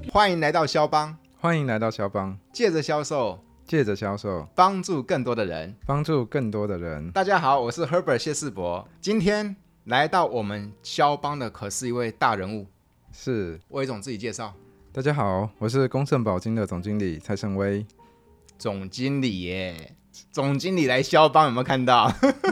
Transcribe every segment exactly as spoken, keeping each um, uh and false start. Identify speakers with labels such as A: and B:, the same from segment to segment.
A: 欢迎来到销帮，
B: 欢迎来到销帮，
A: 借着销售，
B: 借着销售
A: 帮助更多的人，
B: 帮助更多的人。
A: 大家好，我是 Herbert 谢世博，今天来到我们销帮的可是一位大人物，
B: 是
A: 魏总自己介绍。
B: 大家好，我是公盛宝金的总经理蔡胜威。
A: 总经理耶，总经理来销帮有没有看到？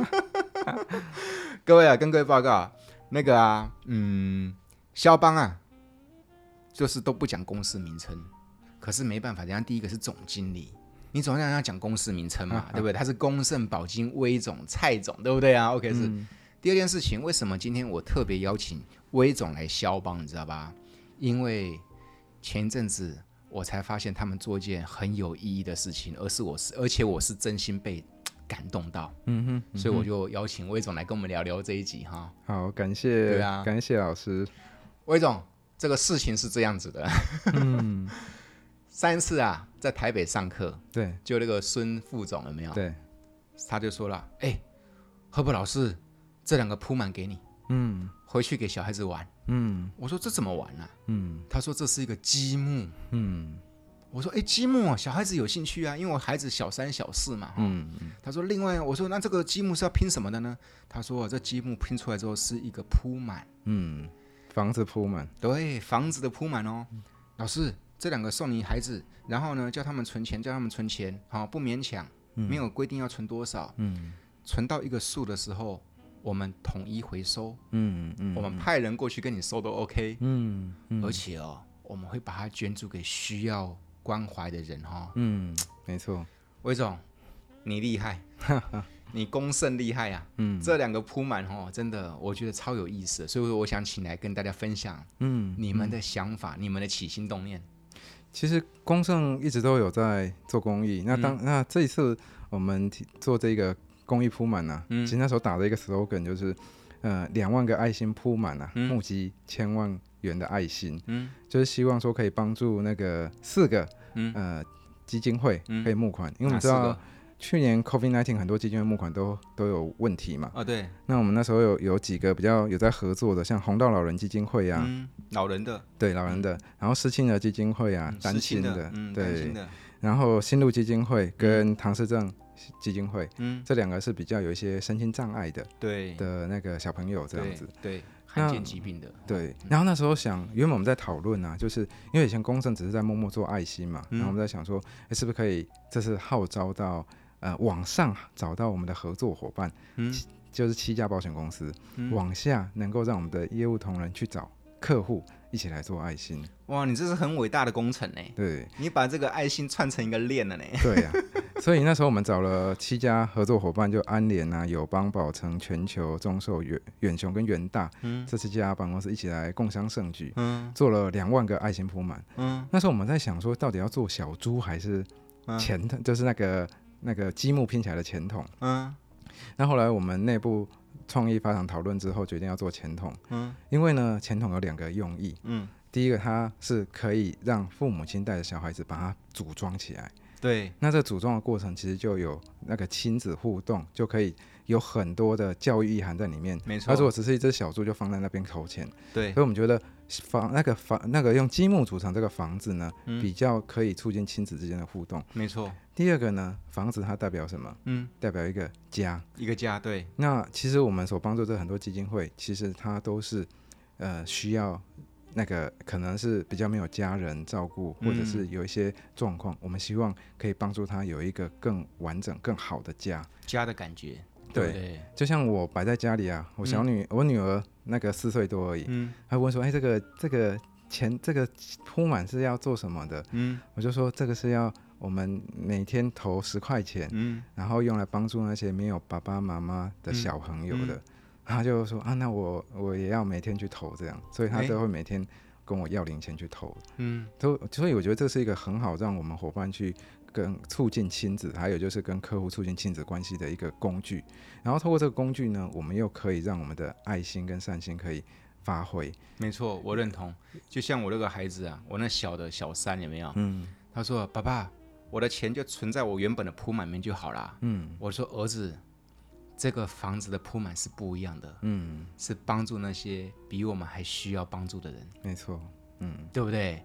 A: 各位啊，跟各位报告，那个啊，嗯，销帮啊，就是都不讲公司名称，可是没办法，人家第一个是总经理，你总要要讲公司名称嘛，啊啊对不对？他是公盛宝金威总蔡总，对不对啊 ？OK 是、嗯。第二件事情，为什么今天我特别邀请威总来销帮，你知道吧？因为前一阵子我才发现他们做一件很有意义的事情，而是我是，而且我是真心被感动到，嗯哼，嗯哼，所以我就邀请威总来跟我们聊聊这一集哈。
B: 好，感谢，对啊，感谢老师。
A: 威总，这个事情是这样子的，嗯，上一次啊，在台北上课，
B: 对，
A: 就那个孙副总有没有？
B: 对，
A: 他就说了，哎、欸，何伯老师，这两个铺满给你，嗯，回去给小孩子玩，嗯，我说这怎么玩啊？嗯，他说这是一个积木，嗯。我说：“哎，积木啊，小孩子有兴趣啊，因为我孩子小三、小四嘛。嗯”他说：“另外，我说那这个积木是要拼什么的呢？”他说：“这积木拼出来之后是一个铺满，
B: 嗯，房子铺满，
A: 对，房子的铺满哦。嗯、老师，这两个送你孩子，然后呢，叫他们存钱，叫他们存钱，好、哦，不勉强，嗯、没有规定要存多少，嗯，存到一个数的时候，我们统一回收，嗯嗯，我们派人过去跟你收都 OK，嗯，嗯而且哦，我们会把它捐助给需要。”关怀的人哈，
B: 嗯，没错，
A: 魏总，你厉害，你公盛厉害啊，嗯，这两个铺满哈，真的我觉得超有意思，所以我想请来跟大家分享，嗯，你们的想法，嗯、你们的起心动念。
B: 其实公盛一直都有在做公益，那当、嗯、那这一次我们做这个公益铺满呢、啊，嗯、其实那时候打的一个 slogan 就是，呃，两万个爱心铺满啊，嗯、募集千万元的爱心，嗯，就是希望说可以帮助那个四个、嗯、呃基金会可以募款，嗯、因为我们知道去年 COVID 十九 很多基金会募款都都有问题嘛，
A: 啊对，
B: 那我们那时候有有几个比较有在合作的，像红道老人基金会啊，
A: 嗯、老人的，
B: 对老人的，嗯、然后失亲儿基金会啊，嗯、单亲的，
A: 嗯、
B: 对，
A: 单亲的，
B: 然后新路基金会跟唐氏症基金会，嗯，这两个是比较有一些身心障碍的，
A: 对
B: 的那个小朋友这样子，
A: 对。对罕见疾病的，
B: 对。然后那时候想，原本我们在讨论啊，就是因为以前公盛只是在默默做爱心嘛，嗯、然后我们在想说，哎，是不是可以这次号召到呃往上找到我们的合作伙伴，嗯、就是七家保险公司，嗯、往下能够让我们的业务同仁去找客户一起来做爱心。
A: 哇，你这是很伟大的工程呢。
B: 对，
A: 你把这个爱心串成一个链了呢。
B: 对呀、啊，所以那时候我们找了七家合作伙伴，就安联啊、友邦、宝诚、全球、中寿、远远雄跟元大，嗯，这七家办公室一起来共襄盛举，嗯，做了两万个爱心铺满。嗯，那时候我们在想说，到底要做小猪还是钱筒，嗯、就是那个那个积木拼起来的钱筒。嗯，那后来我们内部创意发展讨论之后，决定要做钱筒。嗯，因为呢，钱筒有两个用意。嗯。第一个，它是可以让父母亲带着小孩子把它组装起来。
A: 对，
B: 那这组装的过程其实就有那个亲子互动，就可以有很多的教育意涵在里面。
A: 没错。
B: 那如果只是一只小猪，就放在那边投钱。
A: 对。
B: 所以我们觉得房那个房那个用积木组成这个房子呢，嗯、比较可以促进亲子之间的互动。
A: 没错。
B: 第二个呢，房子它代表什么？嗯，代表一个家。
A: 一个家，对。
B: 那其实我们所帮助的很多基金会，其实它都是呃需要。那个可能是比较没有家人照顾，或者是有一些状况，嗯、我们希望可以帮助他有一个更完整、更好的家，
A: 家的感觉。
B: 对，对就像我摆在家里啊，我小女，嗯、我女儿那个四岁多而已，嗯、她问说：“哎，这个这个钱这个铺满是要做什么的？”嗯，我就说这个是要我们每天投十块钱，嗯、然后用来帮助那些没有爸爸妈妈的小朋友的。嗯嗯他就说啊，那我我也要每天去投这样，所以他都会每天跟我要零钱去投。嗯，所以我觉得这是一个很好让我们伙伴去跟促进亲子，还有就是跟客户促进亲子关系的一个工具。然后透过这个工具呢，我们又可以让我们的爱心跟善心可以发挥。
A: 没错，我认同。就像我那个孩子啊，我那小的小三有没有？嗯，他说爸爸，我的钱就存在我原本的铺满面就好啦。嗯，我说儿子。这个房子的铺满是不一样的，嗯，是帮助那些比我们还需要帮助的人，
B: 没错，嗯，
A: 对不对？嗯，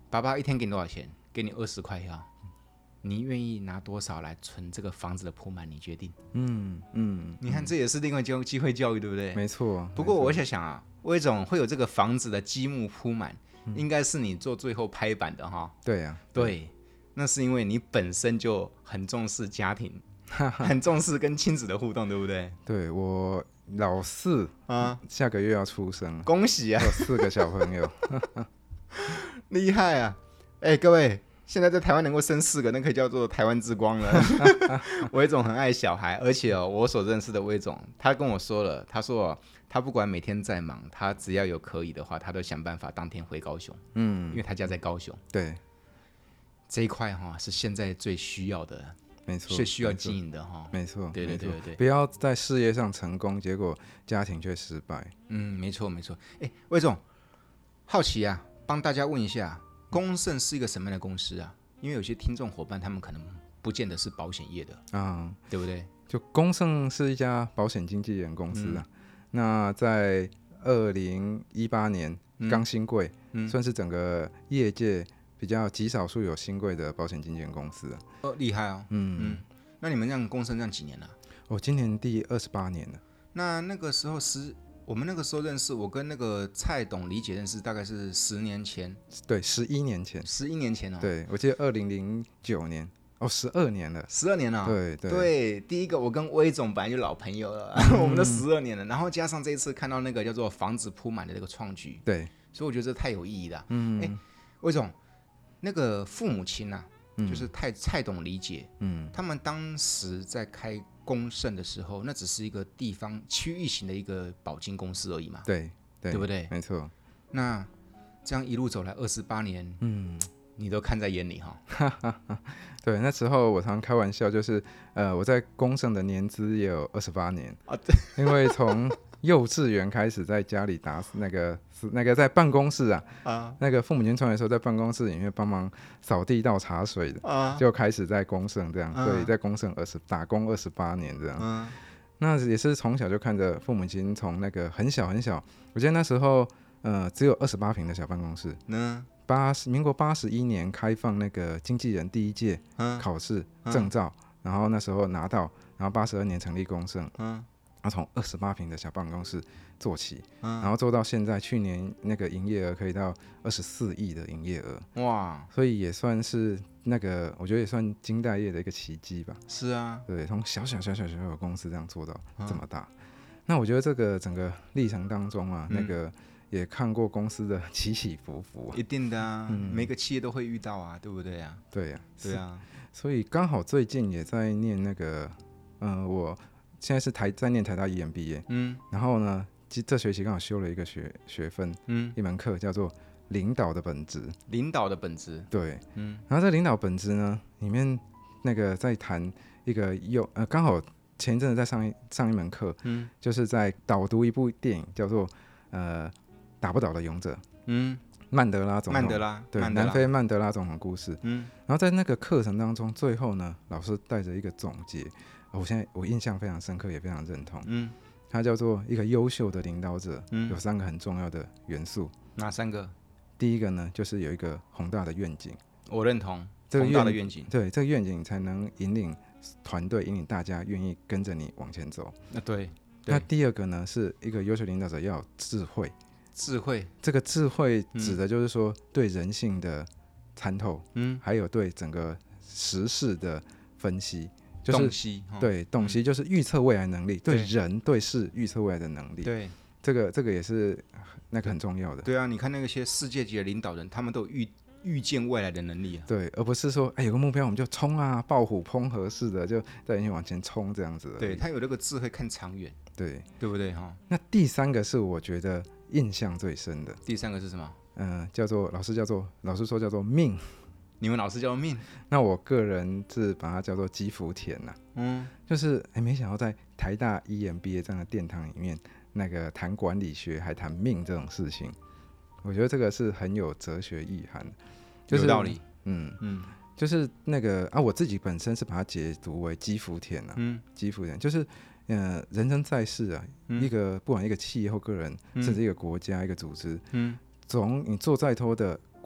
A: 爸爸一天给你多少钱？给你二十块呀。你愿意拿多少来存这个房子的铺满？你决定。
B: 嗯嗯，
A: 你看这也是另外教机会教育，对不对？
B: 没错。
A: 不过我想想啊，魏总会有这个房子的积木铺满，嗯、应该是你做最后拍板的哈。
B: 对呀、啊，
A: 对，那是因为你本身就很重视家庭，很重视跟亲子的互动，对不对？
B: 对，我老四啊，下个月要出生，
A: 恭喜啊！
B: 有四个小朋友，
A: 厉害啊！哎、欸，各位。现在在台湾能够生四个，那可以叫做台湾之光了。魏总很爱小孩，而且哦，我所认识的魏总，他跟我说了，他说、哦、他不管每天再忙，他只要有可以的话，他都想办法当天回高雄。嗯，因为他家在高雄。
B: 对，
A: 这一块哈、哦、是现在最需要的，
B: 没错，
A: 最需要经营的哈、哦。
B: 没错，
A: 对对对对对，
B: 不要在事业上成功，结果家庭却失败。
A: 嗯，没错没错。哎，魏总，好奇啊，帮大家问一下。公盛是一个什么样的公司啊？因为有些听众伙伴他们可能不见得是保险业的啊、嗯，对不对？
B: 就公盛是一家保险经纪人公司啊。嗯、那在二零一八年刚新贵、嗯，算是整个业界比较极少数有新贵的保险经纪人公司啊。
A: 哦，厉害啊！嗯嗯。那你们这样公盛这样几年了？
B: 我今年第二十八年了。
A: 那那个时候十。我们那个时候认识，我跟那个蔡董理解认识大概是十年前，
B: 对，十一年前，
A: 十一年前哦。
B: 对，我记得二零零九年，哦，十二年了，
A: 十二年了、哦。
B: 对 对,
A: 对，第一个我跟威总本来就老朋友了，嗯、我们都十二年了，然后加上这一次看到那个叫做房子铺满的这个创举，
B: 对，
A: 所以我觉得这太有意义了。嗯，哎，威总，那个父母亲啊，嗯、就是蔡蔡董理解，嗯，他们当时在开公盛的时候，那只是一个地方区域型的一个保金公司而已嘛，
B: 对 对,
A: 对不对？
B: 没错。
A: 那这样一路走来二十八年，嗯，你都看在眼里哈。
B: 对，那时候我常开玩笑，就是呃，我在公盛的年资也有二十八年
A: 啊，对，
B: 因为从幼稚园开始在家里打那个那个在办公室啊，啊那个父母亲创业的时候在办公室里面帮忙扫地倒茶水的，啊、就开始在公盛这样，啊、所以在公盛二十打工二十八年这样。啊、那也是从小就看着父母亲从那个很小很小，我记得那时候呃只有二十八坪的小办公室，嗯，八十民国八十一年开放那个经纪人第一届考试证照，然后那时候拿到，然后八十二年成立公盛，嗯。然后从二十八坪的小办公室做起，嗯、然后做到现在，去年那个营业额可以到二十四亿的营业额，哇！所以也算是那个，我觉得也算金代业的一个奇迹吧。
A: 是啊，
B: 对，从小小小小小小的公司这样做到这么大，嗯、那我觉得这个整个历程当中啊，嗯、那个也看过公司的起起伏伏、啊，
A: 一定的啊，嗯、每个企业都会遇到啊，对不对啊？
B: 对呀、
A: 啊，对啊，
B: 所以刚好最近也在念那个，嗯、呃，我。现在是台在念台大 E M B A， 嗯，然后呢，这学期刚好修了一个学学分，嗯，一门课叫做领导的本质。
A: 领导的本质，
B: 对，嗯，然后这领导本质呢，里面那个在谈一个幼呃，刚好前一阵子在上一上一门课，嗯，就是在导读一部电影叫做呃打不倒的勇者，嗯，曼德拉总统，
A: 曼德拉，
B: 对，南非曼德拉总统故事，嗯，然后在那个课程当中，最后呢，老师带着一个总结。我现在我印象非常深刻，也非常认同。嗯，它叫做一个优秀的领导者，嗯，有三个很重要的元素。
A: 哪三个？
B: 第一个呢，就是有一个宏大的愿景。
A: 我认同，这个宏大的愿景，
B: 对，这个愿景才能引领团队，引领大家愿意跟着你往前走。
A: 那对。对
B: 那第二个呢，是一个优秀领导者要有智慧。
A: 智慧，
B: 这个智慧指的就是说对人性的参透，嗯，还有对整个时事的分析。就是
A: 洞悉，
B: 对，洞悉、嗯、就是预测未来能力，对人对事预测未来的能力，
A: 对，
B: 这个这个也是那个很重要的。
A: 对啊，你看那些世界级的领导人，他们都有预预见未来的能力啊。
B: 对，而不是说哎有个目标我们就冲啊，暴虎烹河似的就带人往前冲这样子。
A: 对，他有那个智慧看长远，
B: 对，
A: 对不对哈？
B: 那第三个是我觉得印象最深的。
A: 第三个是什么？
B: 嗯、呃，叫做老师叫做老师说叫做命。
A: 你们老师叫命，
B: 那我个人是把它叫做基福田呐、啊。嗯，就是哎，没想到在台大 E M B A 这样的殿堂里面，那个谈管理学还谈命这种事情，我觉得这个是很有哲学意涵，就是
A: 有道理。
B: 嗯嗯，就是那个啊，我自己本身是把它解读为基福田呐、啊。嗯，基福田就是呃，人生在世啊，嗯、一个不管一个企业或个人，嗯、甚至一个国家、一个组织，嗯，总你做再多的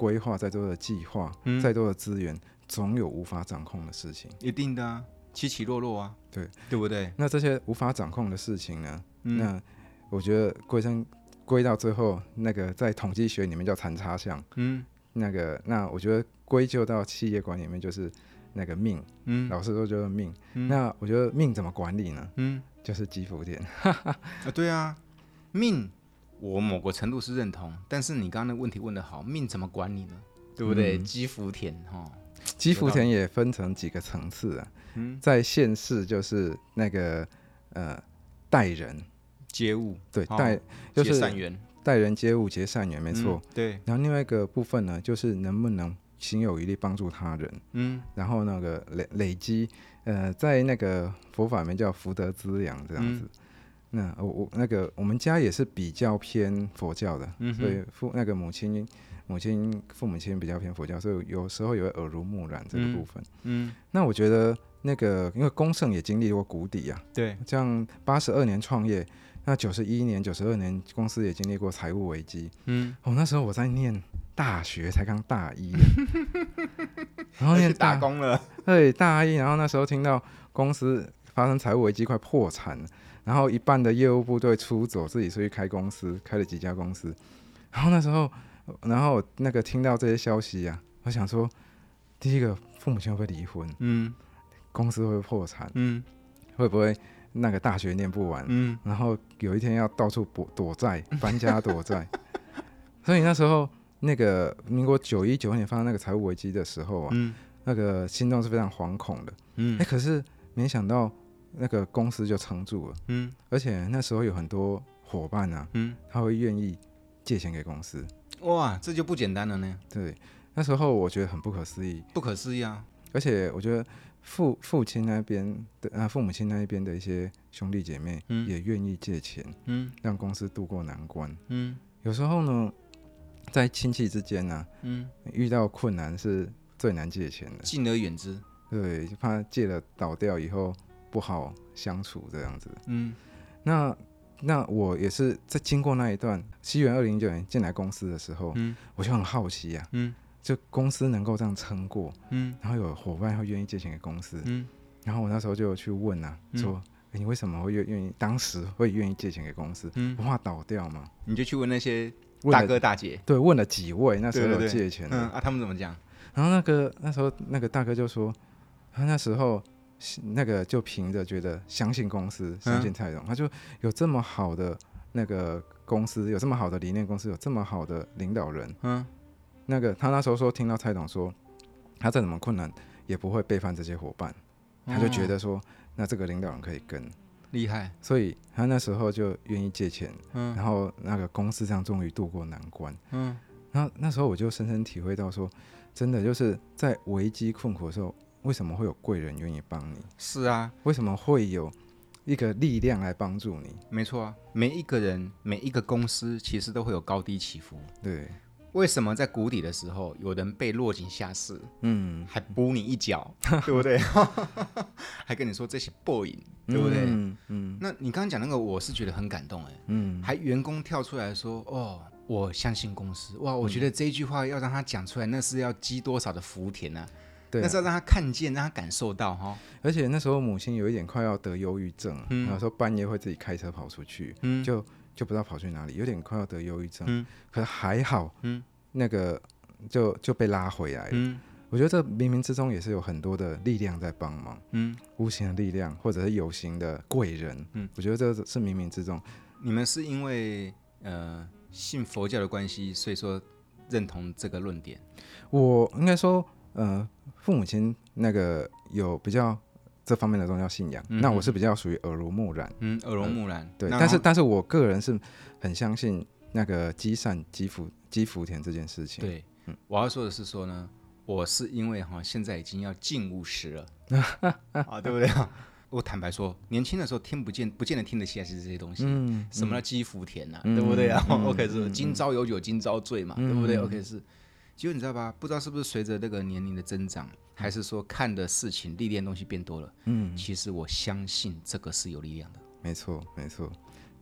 B: 规划、再多的计划、嗯、再多的资源，总有无法掌控的事情。
A: 一定的啊，起起落落啊，
B: 对
A: 对不对？
B: 那这些无法掌控的事情呢？嗯、那我觉得归根归到最后，那个在统计学里面叫残差项。嗯，那个那我觉得归咎到企业管理里面就是那个命。嗯，老实说就是命。嗯、那我觉得命怎么管理呢？嗯，就是基福田。
A: 啊，对啊，命。我某个程度是认同，但是你刚刚的问题问得好，命怎么管理呢？对不对？基福田哈，
B: 基福田也分成几个层次啊。嗯、在县市就是那个呃待人
A: 接物，
B: 对，待、哦、就是
A: 善缘，
B: 待人接物结善缘，没错、
A: 嗯。对。
B: 然后另外一个部分呢，就是能不能行有余力帮助他人。嗯。然后那个累累积，呃，在那个佛法里面叫福德资粮这样子。嗯，那我我那个我们家也是比较偏佛教的，嗯、所以父那个母亲母亲父母亲比较偏佛教，所以有时候也会耳濡目染这个部分。嗯，嗯那我觉得那个因为公盛也经历过谷底啊，
A: 对，
B: 这样八十二年创业，那九十一年、九十二年公司也经历过财务危机。嗯，哦，那时候我在念大学，才刚大一，然后念
A: 打工了，
B: 对，大一，然后那时候听到公司发生财务危机，快破产了。然后一半的业务部队出走，自己出去开公司，开了几家公司。然后那时候，然后那个听到这些消息啊，我想说，第一个父母亲会不会离婚？嗯，公司会不会破产？嗯，会不会那个大学念不完？嗯，然后有一天要到处躲躲债，搬家躲债。所以那时候那个民国九一九二年发生那个财务危机的时候啊，嗯、那个心中是非常惶恐的。嗯，哎，可是没想到。那个公司就撑住了，嗯，而且那时候有很多伙伴啊，嗯，他会愿意借钱给公司，
A: 哇，这就不简单了呢。
B: 对，那时候我觉得很不可思议，
A: 不可思议啊！
B: 而且我觉得父父亲那边的啊，父母亲那一边的一些兄弟姐妹也愿意借钱，嗯，让公司渡过难关，嗯，有时候呢，在亲戚之间呢、啊，嗯，遇到困难是最难借钱的，
A: 敬而远之，
B: 对，就怕借了倒掉以后。不好相处这样子，嗯，那那我也是在经过那一段，西元二零一九年进来公司的时候，嗯，我就很好奇啊，嗯，就公司能够这样撑过，嗯，然后有伙伴会愿意借钱给公司，嗯，然后我那时候就去问啊，嗯、说、欸、你为什么会愿意，当时会愿意借钱给公司，嗯，不怕倒掉吗？
A: 你就去问那些大哥大姐，
B: 对，问了几位那时候有借钱的，
A: 对对对嗯啊，他们怎么讲？
B: 然后那个那时候那个大哥就说，他那时候。那个就凭着觉得相信公司，相信蔡总、嗯，他就有这么好的那个公司，有这么好的理念公司，有这么好的领导人。嗯，那个他那时候说听到蔡总说，他再怎么困难也不会背叛这些伙伴，他就觉得说，哦、那这个领导人可以跟
A: 厉害，
B: 所以他那时候就愿意借钱，嗯，然后那个公司这样终于渡过难关。嗯，然后那时候我就深深体会到说，真的就是在危机困苦的时候。为什么会有贵人愿意帮你？
A: 是啊，
B: 为什么会有一个力量来帮助你？
A: 没错啊，每一个人、每一个公司其实都会有高低起伏。
B: 对，
A: 为什么在谷底的时候，有人被落井下石，嗯，还补你一脚，对不对？还跟你说这些报应，对不对？嗯嗯。那你刚刚讲那个，我是觉得很感动哎，嗯，还员工跳出来说，哦，我相信公司，哇，我觉得这一句话要让他讲出来，那是要积多少的福田啊！
B: 对啊，
A: 那是要让他看见，让他感受到哈。
B: 而且那时候母亲有一点快要得忧郁症，嗯、有时候半夜会自己开车跑出去，嗯、就就不知道跑去哪里，有点快要得忧郁症。嗯、可是还好，嗯、那个就就被拉回来了。嗯、我觉得这冥冥之中也是有很多的力量在帮忙，嗯、无形的力量或者是有形的贵人。嗯、我觉得这是冥冥之中。
A: 你们是因为呃信佛教的关系，所以说认同这个论点？
B: 我应该说。呃，父母亲那个有比较这方面的宗教信仰，嗯、那我是比较属于耳濡目染，
A: 嗯，耳濡目染，呃、
B: 对，但是但是我个人是很相信那个积善积福积福田这件事情。
A: 对，嗯、我要说的是说呢，我是因为哈现在已经要进务实了，啊，对不对？我坦白说，年轻的时候听不见，不见得听得起来是这些东西。嗯，什么叫积福田呐、啊？嗯、对不对啊、嗯、？OK 是今朝有酒今朝醉嘛，嗯、对不对 ？OK 是。结果你知道吧？不知道是不是随着那个年龄的增长，还是说看的事情、历练的东西变多了？嗯，其实我相信这个是有力量的。
B: 没错，没错，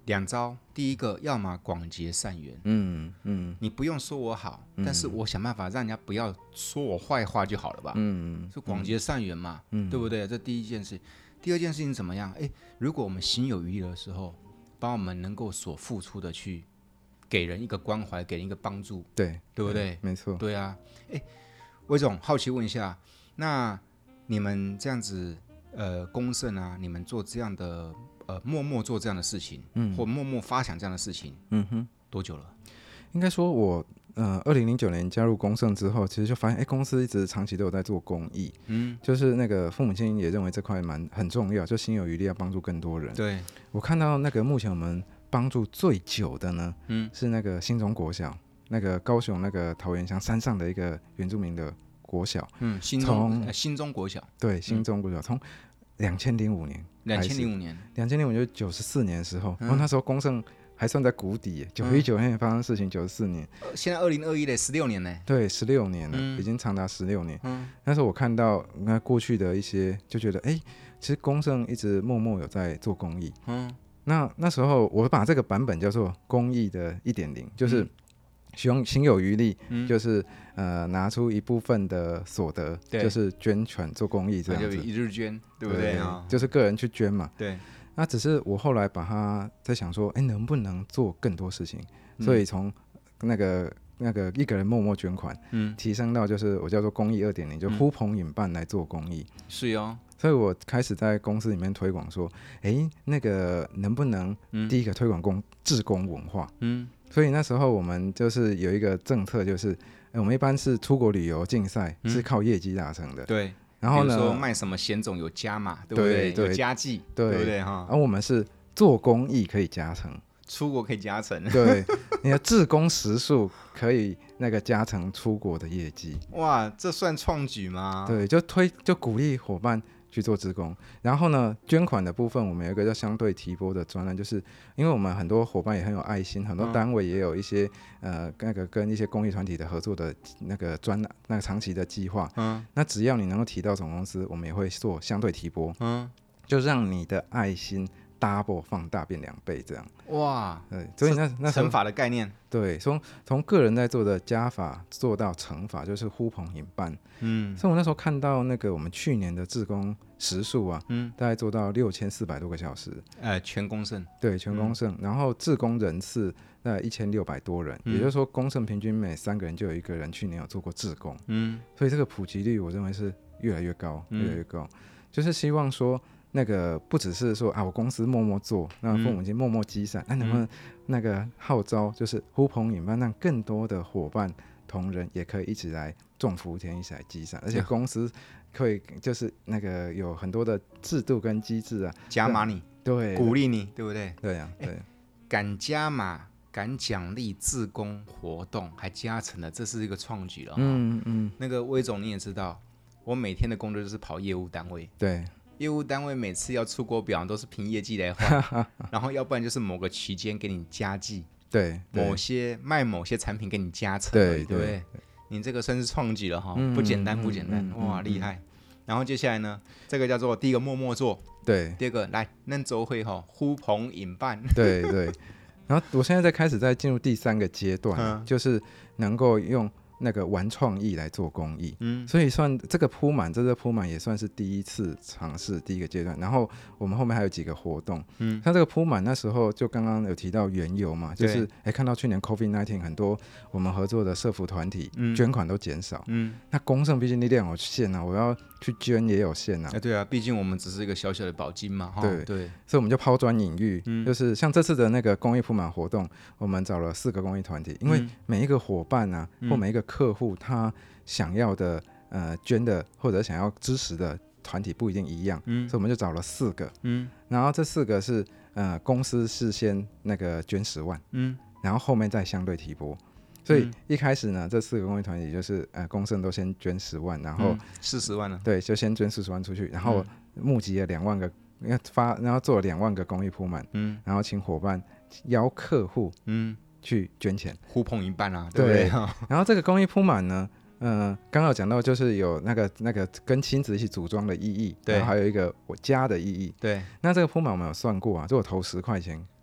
A: 两招，第一个要么广结善缘，
B: 嗯嗯，
A: 你不用说我好，嗯、但是我想办法让人家不要说我坏话就好了吧，嗯，就广结善缘嘛，嗯，对不对？这第一件事。第二件事情怎么样？哎，如果我们心有余力的时候，把我们能够所付出的去给人一个关怀，给人一个帮助，
B: 对，
A: 对不对？
B: 没错，
A: 对啊。哎，魏总，好奇问一下，那你们这样子，呃，公盛啊，你们做这样的，呃，默默做这样的事情，嗯，或默默发想这样的事情，嗯哼，多久了？
B: 应该说我，呃，二零零九年加入公盛之后，其实就发现，哎，公司一直长期都有在做公益，嗯，就是那个父母亲也认为这块蛮很重要，就心有余力要帮助更多人。
A: 对，
B: 我看到那个目前我们帮助最久的呢，嗯，是那个新中国小，那个高雄那个桃园乡山上的一个原住民的国小，
A: 嗯，新中、呃、新中国小，
B: 对，新中国小从两千零五年，
A: 两千零五年，
B: 两千零五年就九十四年的时候，嗯、那时候公盛还算在谷底，九一九年发生事情，九十四年，
A: 现在二零二一嘞，十六年呢，
B: 对，十六年了，嗯、已经长达十六年。嗯，那时候我看到那过去的一些，就觉得，哎，其实公盛一直默默有在做公益。嗯，那那时候我把这个版本叫做公益的一点零，就是。希望心有余力，嗯、就是呃拿出一部分的所得，就是捐款做公益这样子，
A: 就一日捐，对不对啊？
B: 就是个人去捐嘛。
A: 对。
B: 那只是我后来把它在想说，哎，能不能做更多事情？嗯、所以从那个那个一个人默默捐款，嗯，提升到就是我叫做公益二点零，就呼朋引伴来做公益。
A: 嗯、是哦。
B: 所以我开始在公司里面推广说，哎，那个能不能第一个推广公志工文化？嗯。所以那时候我们就是有一个政策，就是我们一般是出国旅游竞赛、嗯、是靠业绩达成的。
A: 对。
B: 然后呢，
A: 比如说卖什么险种有加码，对不对？
B: 对，
A: 有加计，
B: 对，
A: 对不对哈？
B: 而我们是做公益可以加成，
A: 出国可以加成。
B: 对，你的志工时数可以那个加成出国的业绩。
A: 哇，这算创举吗？
B: 对，就推就鼓励伙伴去做志工，然后呢，捐款的部分我们有一个叫相对提拨的专栏，就是因为我们很多伙伴也很有爱心，很多单位也有一些、嗯、呃那个跟一些公益团体的合作的那个专那个长期的计划，嗯，那只要你能够提到总公司，我们也会做相对提拨，嗯，就让你的爱心 double 放大变两倍这样。
A: 哇，
B: 对，所以那那
A: 乘法的概念，
B: 对，从从个人在做的加法做到乘法，就是呼朋引伴。嗯，所以我那时候看到那个我们去年的志工时数啊，嗯，大概做到六千四百多个小时，
A: 呃，全公盛，
B: 对，全公盛，嗯、然后志工人次大概一千六百多人，嗯、也就是说公盛平均每三个人就有一个人去年有做过志工，嗯，所以这个普及率我认为是越来越高，越来越高，嗯、就是希望说。那个不只是说啊，我公司默默做，那父母亲默默积善，那、嗯、能不能那个号召，就是呼朋引伴，让更多的伙伴同仁也可以一起来种福田，一起来积善，而且公司可以就是那个有很多的制度跟机制啊，
A: 加码你，
B: 对，
A: 鼓励你，对不对？
B: 对呀、啊，对，
A: 敢加码。敢奖励志工活动还加成了，这是一个创举了。嗯嗯，那个魏总你也知道，我每天的工作就是跑业务单位，
B: 对。
A: 业务单位每次要出国表都是凭业绩来换，然后要不然就是某个期间给你加计，
B: 对，
A: 某些卖某些产品给你加成，
B: 对，
A: 对不对？你这个算是创举了哈，嗯、不简单不简单，嗯、哇，厉害！嗯、然后接下来呢，这个叫做第一个默默做，
B: 对，
A: 第二个来嫩周会哈，呼朋引伴，
B: 对对。然后我现在在开始在进入第三个阶段，嗯、就是能够用。那个玩创意来做公益，嗯，所以算这个铺满，这个铺满也算是第一次尝试第一个阶段。然后我们后面还有几个活动，嗯，像这个铺满那时候就刚刚有提到原油嘛，就是哎看到去年 COVID 十九 很多我们合作的社福团体、嗯、捐款都减少，嗯，那公盛毕竟力量有限啊，我要去捐也有限啊，
A: 哎对啊，毕竟我们只是一个小小的保金嘛，
B: 对
A: 对，
B: 所以我们就抛砖引玉，嗯，就是像这次的那个公益铺满活动，我们找了四个公益团体，因为每一个伙伴啊，嗯、或每一个客户他想要的呃捐的或者想要支持的团体不一定一样，嗯，所以我们就找了四个，嗯，然后这四个是呃公司事先那个捐十万，嗯，然后后面再相对提拨，所以一开始呢，这四个公益团体就是呃公盛都先捐十万，然后
A: 四十、嗯、万了，
B: 对，就先捐四十万出去，然后募集了两万个，发然后做了两万个公益铺满，嗯，然后请伙伴邀客户，嗯。去捐钱，
A: 呼朋引伴啊，对不对？对
B: 然后这个公益铺满呢，呃，刚刚有讲到，就是有那个那个跟亲子一起组装的意义，对，然后还有一个我家的意义，
A: 对。
B: 那这个铺满我们有算过啊，如果投十块钱，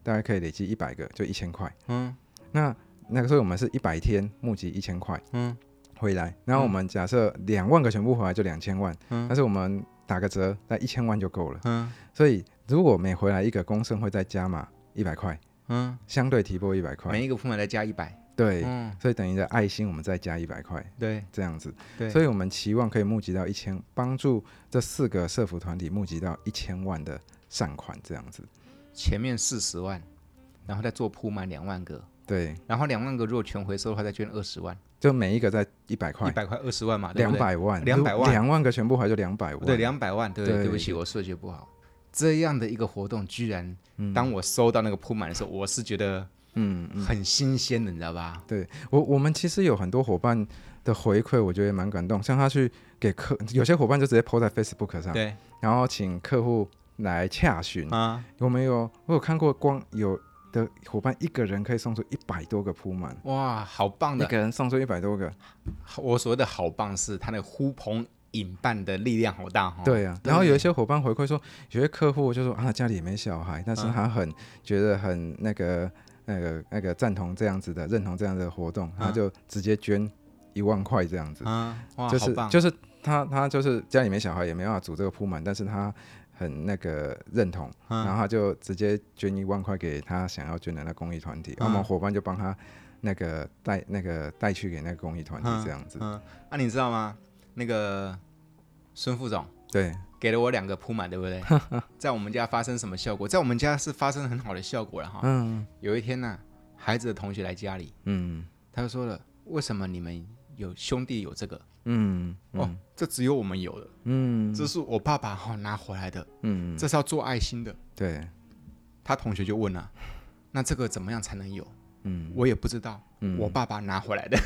B: 大概可以累积一百个，就一千块。
A: 嗯，
B: 那那个时候我们是一百天募集一千块，
A: 嗯，
B: 回来。然后我们假设两万个全部回来就两千万，嗯，但是我们打个折，在一千万就够了。嗯，所以如果每回来一个，公司会再加码一百块，嗯，相对提拨一百块，
A: 每一个铺满再加一百。
B: 对，嗯，所以等于的爱心我们再加一百块，
A: 对，
B: 这样子，
A: 对，
B: 所以我们期望可以募集到一千，帮助这四个社福团体募集到一千万的善款，这样子。
A: 前面四十万，然后再做铺满两万个，
B: 对，
A: 然后两万个如果全回收的话，再捐二十万，
B: 就每一个再一百块，
A: 一百块二十万嘛，
B: 两百万，
A: 两百万，
B: 两万个全部还就两百万，
A: 对，两百万，对，对，对不起，我数学不好。这样的一个活动，居然当我收到那个铺满的时候，我是觉得。嗯，很新鲜的，你知道吧？
B: 对，我我们其实有很多伙伴的回馈，我觉得蛮感动。像他去给客，有些伙伴就直接 po 在 Facebook 上，
A: 对，
B: 然后请客户来洽询啊。有没有？我有看过，光有的伙伴一个人可以送出一百多个铺满，
A: 哇，好棒的！
B: 一个人送出一百多个。
A: 我所谓的好棒是他那个呼朋引伴的力量好大哈。
B: 对啊，然后有一些伙伴回馈说，有些客户就说啊，家里也没小孩，但是他很、啊、觉得很那个。那个那个赞同这样子的，认同这样的活动，他就直接捐一万块这样子，
A: 啊、哇，
B: 就是
A: 好棒
B: 就是他他就是家里没小孩也没办法组这个铺满，但是他很那个认同，啊、然后他就直接捐一万块给他想要捐的那公益团体，啊、然后我们伙伴就帮他那个带那个带去给那个公益团体这样子。
A: 嗯，啊，啊你知道吗？那个孙副总
B: 对。
A: 给了我两个铺满，对不对？在我们家发生什么效果？在我们家是发生很好的效果了哈。嗯，有一天呢、啊，孩子的同学来家里，嗯，他就说了，为什么你们有兄弟有这个？嗯，嗯哦，这只有我们有的，嗯，这是我爸爸哈、哦、拿回来的，嗯，这是要做爱心的。
B: 对，
A: 他同学就问了、啊，那这个怎么样才能有？嗯，我也不知道，嗯、我爸爸拿回来的。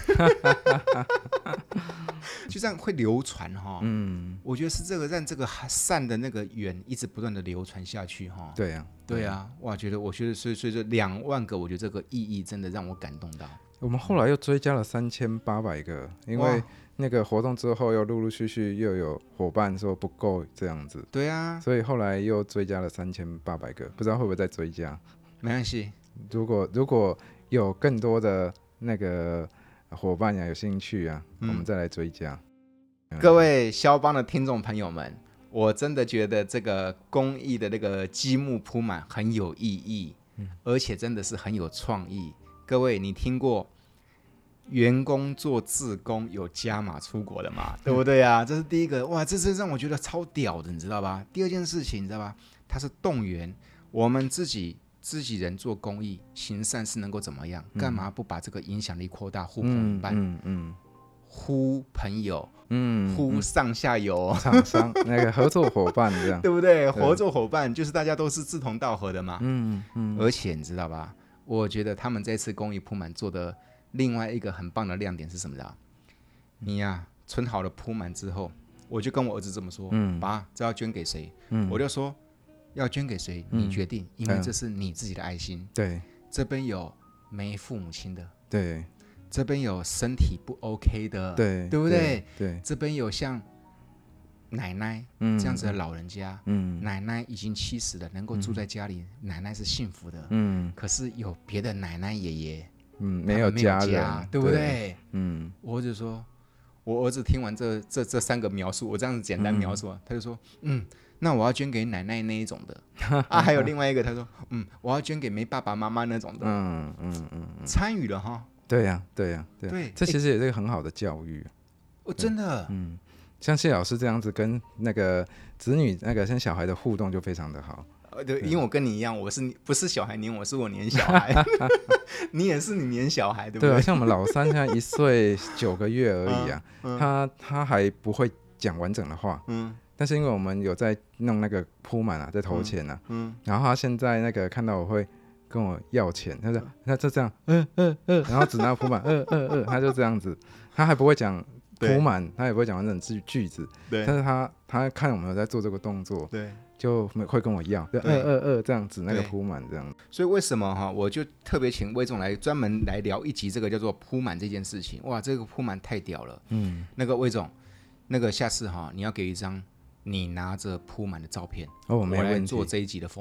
A: 就这样会流传哈，嗯，我觉得是这个让这个善的那个缘一直不断的流传下去哈。
B: 对呀、啊，
A: 对呀、啊，哇，觉得我觉得所以所以说两万个，我觉得这个意义真的让我感动到。
B: 我们后来又追加了三千八百个，因为那个活动之后又陆陆续续又有伙伴说不够这样子。
A: 对啊，
B: 所以后来又追加了三千八百个，不知道会不会再追加？
A: 没关系，
B: 如果如果有更多的那个。伙伴呀，有兴趣啊、嗯，我们再来追加。
A: 各位肖邦的听众朋友们，我真的觉得这个公益的那个积木铺满很有意义、嗯，而且真的是很有创意。各位，你听过员工做志工有加码出国的吗？对不对啊？这是第一个，哇，这是让我觉得超屌的，你知道吧？第二件事情，你知道吧？它是动员我们自己。自己人做公益行善事能够怎么样？干嘛不把这个影响力扩大？呼朋引伴，嗯嗯，呼朋友，嗯，呼上下游
B: 厂商那个合作伙伴这样，
A: 对不对？合作伙伴就是大家都是志同道合的嘛，嗯嗯。而且你知道吧？我觉得他们这次公益铺满做的另外一个很棒的亮点是什么的？你呀、啊，存好了铺满之后，我就跟我儿子这么说，嗯，爸，这要捐给谁？嗯，我就说。要捐给谁？你决定、嗯，因为这是你自己的爱心。
B: 对，
A: 这边有没父母亲的，
B: 对，
A: 这边有身体不 OK 的，
B: 对，
A: 对不对？
B: 对，对
A: 这边有像奶奶、嗯、这样子的老人家，嗯，奶奶已经七十了，能够住在家里、嗯，奶奶是幸福的，嗯。可是有别的奶奶爷爷，
B: 嗯，没有家人，
A: 家对不对？对
B: 嗯，
A: 我就说，我儿子听完这这这三个描述，我这样子简单描述、嗯，他就说，嗯。那我要捐给奶奶那一种的啊，还有另外一个，他说，嗯，我要捐给没爸爸妈妈那种的，嗯嗯嗯，参与了哈，
B: 对呀、啊、对呀、啊、对，
A: 对，
B: 这其实也是一个很好的教育，
A: 哦，真的，
B: 嗯，像谢老师这样子跟那个子女那个跟小孩的互动就非常的好，
A: 呃，对，因为我跟你一样，我是不是小孩黏我，是我黏小孩，你也是你黏小孩，对不对？
B: 对啊，像我们老三现在一岁九个月而已啊，嗯嗯、他他还不会讲完整的话，嗯。但是因为我们有在弄那个铺满啊，在投钱啊、嗯嗯，然后他现在那个看到我会跟我要钱，他说他就这样，嗯嗯嗯，然后只拿铺满，嗯嗯嗯，他就这样子，他还不会讲铺满，他也不会讲完整句句子，对，但是他他看我们有在做这个动作，
A: 对，
B: 就会跟我要，就二二二这样子那个铺满这样。
A: 所以为什么哈，我就特别请魏总来专门来聊一集这个叫做铺满这件事情，哇，这个铺满太屌了，嗯，那个魏总，那个下次哈你要给一张。你拿着铺满的照片，
B: 哦，没问题，
A: 我来做这一集的封面。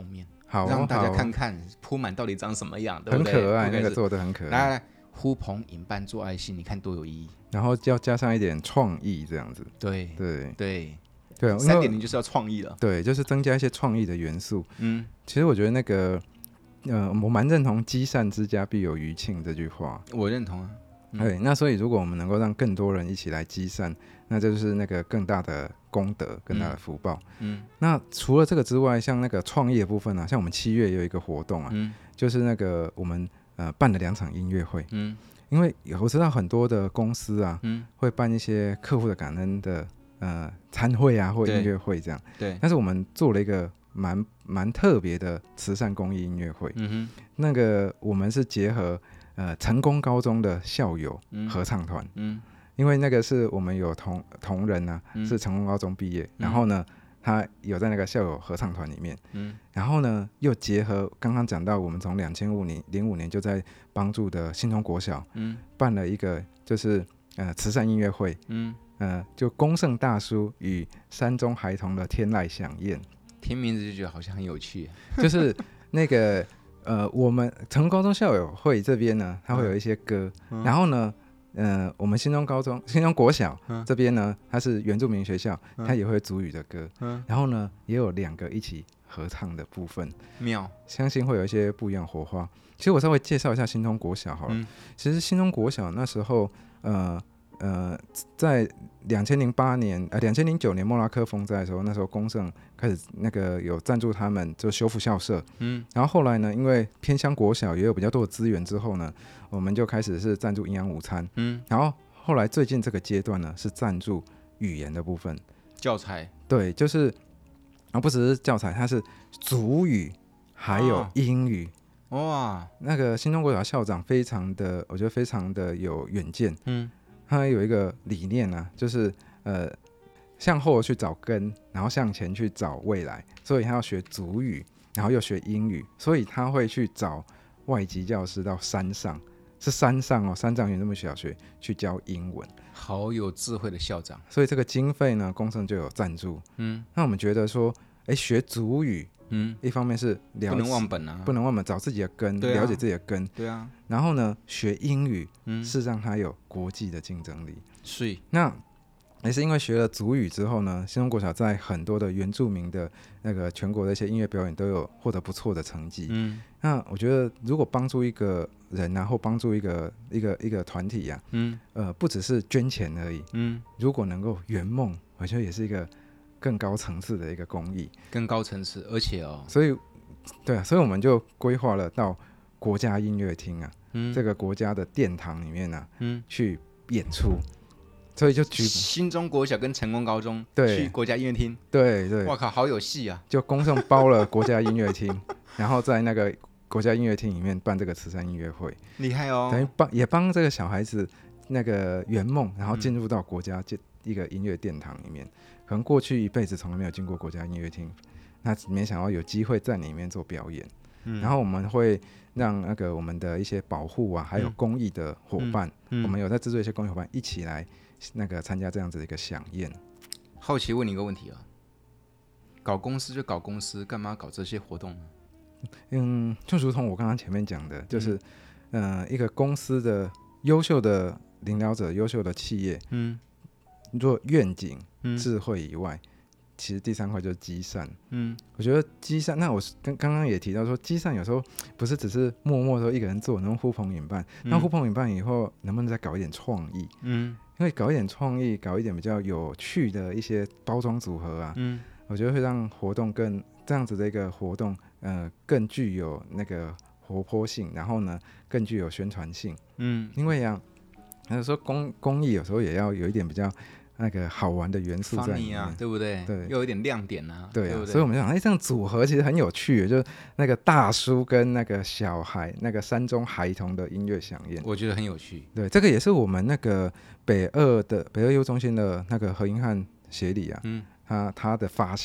B: 好、哦，
A: 让大家
B: 好
A: 看看铺满到底长什么样，对不对？
B: 很可爱，那个
A: 不愧是
B: 做的很可爱。
A: 来来，呼朋引伴做爱心，你看多有意义。
B: 然后要加上一点创意，这样子。
A: 对
B: 对
A: 对
B: 对，
A: 三点零就是要创意了。
B: 对，就是增加一些创意的元素。
A: 嗯，
B: 其实我觉得那个，呃，我蛮认同“积善之家必有余庆”这句话。
A: 我认同啊。
B: 嗯、对，那所以如果我们能够让更多人一起来积善，那这就是那个更大的功德、更大的福报。嗯，那除了这个之外，像那个创意的部分啊，像我们七月也有一个活动啊，嗯、就是那个我们呃办了两场音乐会。嗯，因为我知道很多的公司啊，嗯、会办一些客户的感恩的呃餐会啊，或音乐会这样。
A: 对。
B: 但是我们做了一个蛮蛮特别的慈善公益音乐会。嗯哼，那个我们是结合。呃，成功高中的校友合唱团，嗯嗯、因为那个是我们有同同仁啊，嗯、是成功高中毕业，嗯、然后呢，他有在那个校友合唱团里面，嗯、然后呢，又结合刚刚讲到我们从两千五年零五年就在帮助的新中国小，嗯、办了一个就是呃慈善音乐会，嗯、呃，就公圣大叔与山中孩童的天籁响宴，
A: 听名字就觉得好像很有趣，
B: 就是那个。呃，我们成功高中校友会这边呢，它会有一些歌，嗯、然后呢，呃，我们新中高中、新中国小、嗯、这边呢，它是原住民学校，嗯、它也会族语的歌，嗯、然后呢，也有两个一起合唱的部分，
A: 妙，
B: 相信会有一些不一样的火花。其实我稍微介绍一下新中国小好了，嗯、其实新中国小那时候，呃。呃，在两千零八年，呃，两千零九年莫拉克风灾的时候，那时候公圣开始那个有赞助他们就修复校舍，嗯，然后后来呢，因为偏乡国小也有比较多的资源之后呢，我们就开始是赞助营养午餐，嗯，然后后来最近这个阶段呢是赞助语言的部分，
A: 教材，
B: 对，就是啊，不只是教材，它是族语还有英语。
A: 哇，哇
B: 那个新中国小校长非常的，我觉得非常的有远见，嗯。他有一个理念啊，就是呃向后去找根，然后向前去找未来，所以他要学族语，然后又学英语，所以他会去找外籍教师到山上，是山上哦，山上原住民小学去教英文。
A: 好有智慧的校长，
B: 所以这个经费呢，公圣就有赞助。嗯，那我们觉得说，哎，学族语。嗯，一方面是了解
A: 不能忘本啊，
B: 不能忘本，找自己的根，啊、了解自己的根。
A: 对啊。
B: 然后呢，学英语，嗯，是让他有国际的竞争力。
A: 是。
B: 那也是因为学了族语之后呢，新中国小在很多的原住民的那个全国的一些音乐表演都有获得不错的成绩。嗯。那我觉得，如果帮助一个人啊，或帮助一个一个一个团体啊，嗯，呃，不只是捐钱而已。嗯。如果能够圆梦，我觉得也是一个。更高层次的一个公益，
A: 更高层次，而且哦，
B: 所以对啊，所以我们就规划了到国家音乐厅啊，嗯、这个国家的殿堂里面啊，嗯、去演出，所以就举
A: 新中国小跟成功高中去国家音乐厅，
B: 对对，
A: 哇靠，好有戏啊！
B: 就公圣包了国家音乐厅，然后在那个国家音乐厅里面办这个慈善音乐会，
A: 厉害哦，
B: 等于帮也帮这个小孩子那个圆梦，然后进入到国家一个音乐殿堂里面。可能过去一辈子从来没有进过国家音乐厅，那没想到有机会在里面做表演。嗯、然后我们会让那个我们的一些保护啊，还有公益的伙伴，嗯嗯、我们有在制作一些公益伙伴一起来那个参加这样子的一个飨宴。
A: 好奇问你一个问题啊，搞公司就搞公司，干嘛搞这些活动呢？
B: 嗯，就如同我刚刚前面讲的，就是、嗯呃、一个公司的优秀的领导者、优秀的企业，嗯。做愿景、智慧以外，嗯、其实第三块就是积善。嗯，我觉得积善，那我刚刚刚也提到说，积善有时候不是只是默默说一个人做，能呼朋引伴。嗯、那呼朋引伴以后，能不能再搞一点创意？嗯，因为搞一点创意，搞一点比较有趣的一些包装组合啊，嗯，我觉得会让活动更这样子的一个活动，呃，更具有那个活泼性，然后呢，更具有宣传性。嗯，因为啊，有时候公公益有时候也要有一点比较。那个好玩的元素在里面，
A: 啊、对不对？
B: 对，
A: 又有点亮点啊，
B: 对啊，
A: 对不对？
B: 所以我们就想，哎，这样组合其实很有趣，就是那个大叔跟那个小孩，那个山中孩童的音乐飨宴，
A: 我觉得很有趣。
B: 对，这个也是我们那个北二的北二优中心的那个何英汉协理啊，嗯，他他的发想，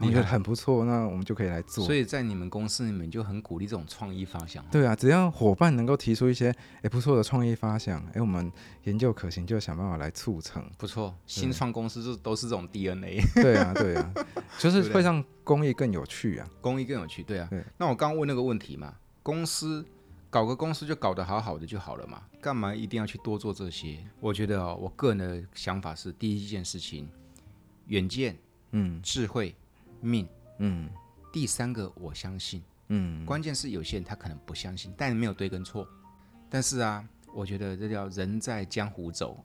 B: 我觉得很不错，那我们就可以来做。
A: 所以在你们公司你们就很鼓励这种创意发想。
B: 对啊，只要伙伴能够提出一些哎不错的创意发想，哎我们研究可行就想办法来促成。
A: 不错，新创公司就都是这种 D N A。
B: 对啊对啊，就是会让公益更有趣啊。
A: 公益更有趣，对啊。对，那我刚刚问那个问题嘛，公司搞个公司就搞得好好的就好了嘛，干嘛一定要去多做这些？我觉得哦，我个人的想法是，第一件事情，远见，嗯，智慧，命，嗯，第三个我相信，嗯，关键是有些人他可能不相信，但没有对跟错。但是啊，我觉得这叫人在江湖走，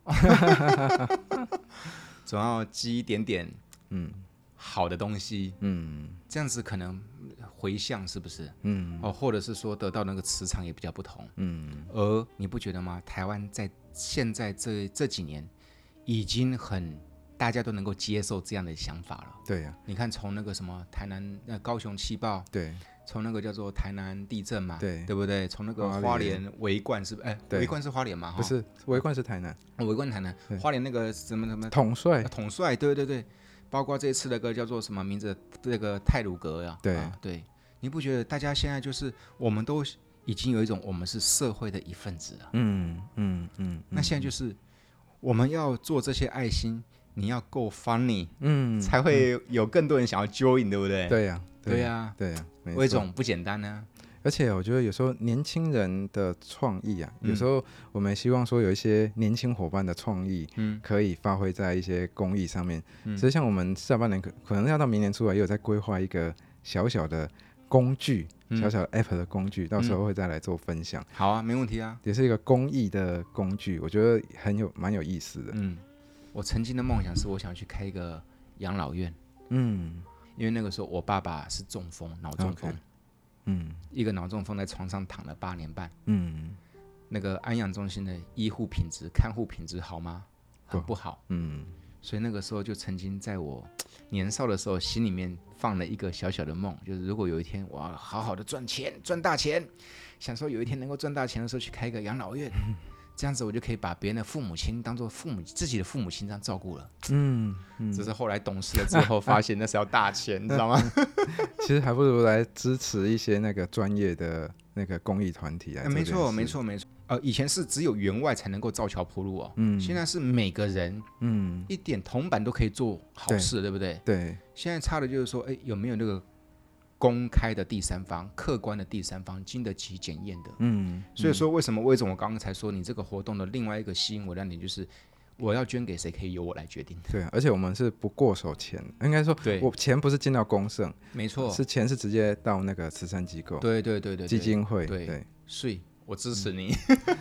A: 总要积一点点，嗯，好的东西，嗯，这样子可能回向是不是？嗯，哦，或者是说得到那个磁场也比较不同，嗯，而你不觉得吗？台湾在现在这这几年已经很大家都能够接受这样的想法了。
B: 对呀、啊，
A: 你看从那个什么台南、呃、高雄气爆，对，从那个叫做台南地震嘛，对，对不对？从那个花莲围冠是不是？哎，围冠是花莲嘛？
B: 不是，围冠是台南，
A: 围冠台南，花莲那个什么什么
B: 统帅，
A: 统帅，对对对，包括这次那个叫做什么名字？那个太鲁阁呀，对、啊、对，你不觉得大家现在就是我们都已经有一种我们是社会的一份子了？嗯嗯嗯，那现在就是我们要做这些爱心。你要够 funny， 嗯，才会有更多人想要 join， 对不对？
B: 对呀、啊，
A: 对呀、啊，
B: 对呀、啊，
A: 魏总不简单呢、啊。
B: 而且我觉得有时候年轻人的创意啊，嗯、有时候我们希望说有一些年轻伙伴的创意，嗯，可以发挥在一些公益上面。嗯，所以像我们下半年可可能要到明年出来，也有在规划一个小小的工具，嗯、小小的 app 的工具，到时候会再来做分享。
A: 嗯、好啊，没问题啊，
B: 也是一个公益的工具，我觉得很有蛮有意思的。
A: 嗯。我曾经的梦想是我想去开一个养老院，嗯，因为那个时候我爸爸是中风，脑中风， okay, 嗯，一个脑中风在床上躺了八年半，嗯，那个安养中心的医护品质、看护品质好吗？很不好，嗯，所以那个时候就曾经在我年少的时候，心里面放了一个小小的梦，就是如果有一天我要好好的赚钱，赚大钱，想说有一天能够赚大钱的时候去开一个养老院。这样子我就可以把别人的父母亲当做父母自己的父母亲这样照顾了。嗯，嗯只是后来懂事了之后，发现那是要大钱，你知道吗？
B: 其实还不如来支持一些那个专业的那个公益团体来做、欸。
A: 没错，没错，没错。呃，以前是只有员外才能够造桥铺路哦，嗯，现在是每个人，嗯，一点铜板都可以做好事， 对, 对不对？
B: 对。
A: 现在差的就是说，哎，有没有那个公开的第三方、客观的第三方，经得起检验的。嗯，所以说为什么魏总我刚刚才说你这个活动的另外一个吸引我的亮点就是，我要捐给谁可以由我来决定。
B: 对，而且我们是不过手钱，应该说，我钱不是进到公社，
A: 没错，
B: 是钱是直接到那个慈善机构，
A: 对对对 对, 对，
B: 基金会，
A: 对
B: 对，
A: 所以我支持你。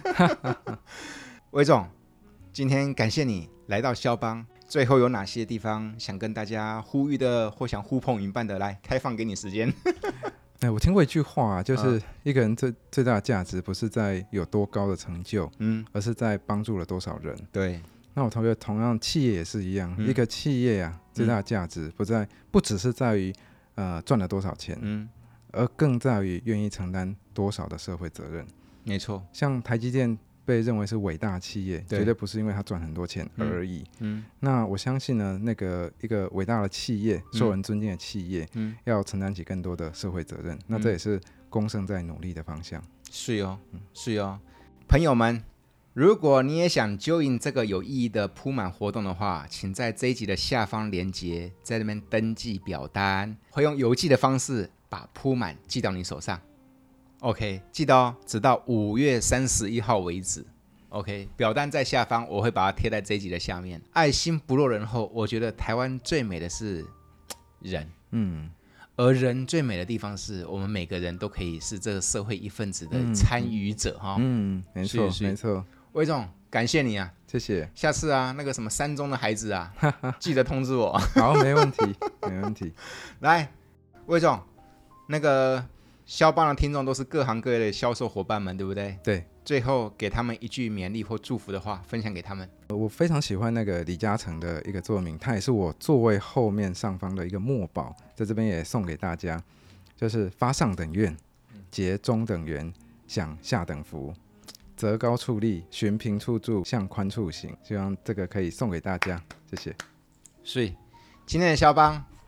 A: 魏总，今天感谢你来到萧邦。最后有哪些地方想跟大家呼吁的，或想呼朋引伴的，来开放给你时间。
B: 哎，我听过一句话、啊，就是一个人最最大的价值不是在有多高的成就，嗯，而是在帮助了多少人。
A: 对，
B: 那我同学同样企业也是一样，嗯、一个企业啊，最大的价值不在不只是在于呃赚了多少钱，嗯，而更在于愿意承担多少的社会责任。
A: 没错，
B: 像台积电被认为是伟大企业，绝对不是因为他赚很多钱而已。嗯嗯、那我相信呢，那个一个伟大的企业，受人尊敬的企业，嗯、要承担起更多的社会责任。嗯、那这也是公社在努力的方向。
A: 是哦，是哦，朋友们，如果你也想 join 这个有意义的铺满活动的话，请在这一集的下方连结，在那边登记表单，会用邮寄的方式把铺满寄到你手上。OK， 记得哦，直到五月三十一号为止。OK， 表单在下方，我会把它贴在这一集的下面。爱心不落人后，我觉得台湾最美的是人，嗯，而人最美的地方是我们每个人都可以是这个社会一份子的参与者哈、
B: 嗯。嗯，没错，没错。
A: 魏总，感谢你啊，
B: 谢谢。
A: 下次啊，那个什么山中的孩子啊，记得通知我。
B: 好，没问题，没问题。
A: 来，魏总，那个。萧邦的听众都是各行各业的销售伙伴们，对不对？
B: 对。
A: 最后给他们一句勉励或祝福的话，分享给他们。
B: 我非常喜欢那个李嘉诚的一个作品，它也是我座位后面上方的一个墨宝，在这边也送给大家，就是发上等愿，结中等缘，享下等福，择高处立，寻平处住，向宽处行。希望这个可以送给大家，谢谢。
A: 所以今天的萧邦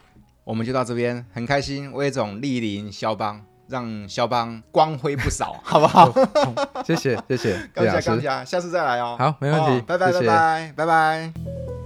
A: 我们就到这边，很开心，魏总莅临肖邦，让肖邦光辉不少，好不好？
B: 哦、谢谢谢谢，
A: 感谢感谢，下次再来哦。
B: 好，没问题，
A: 哦、拜拜
B: 谢谢
A: 拜拜拜拜。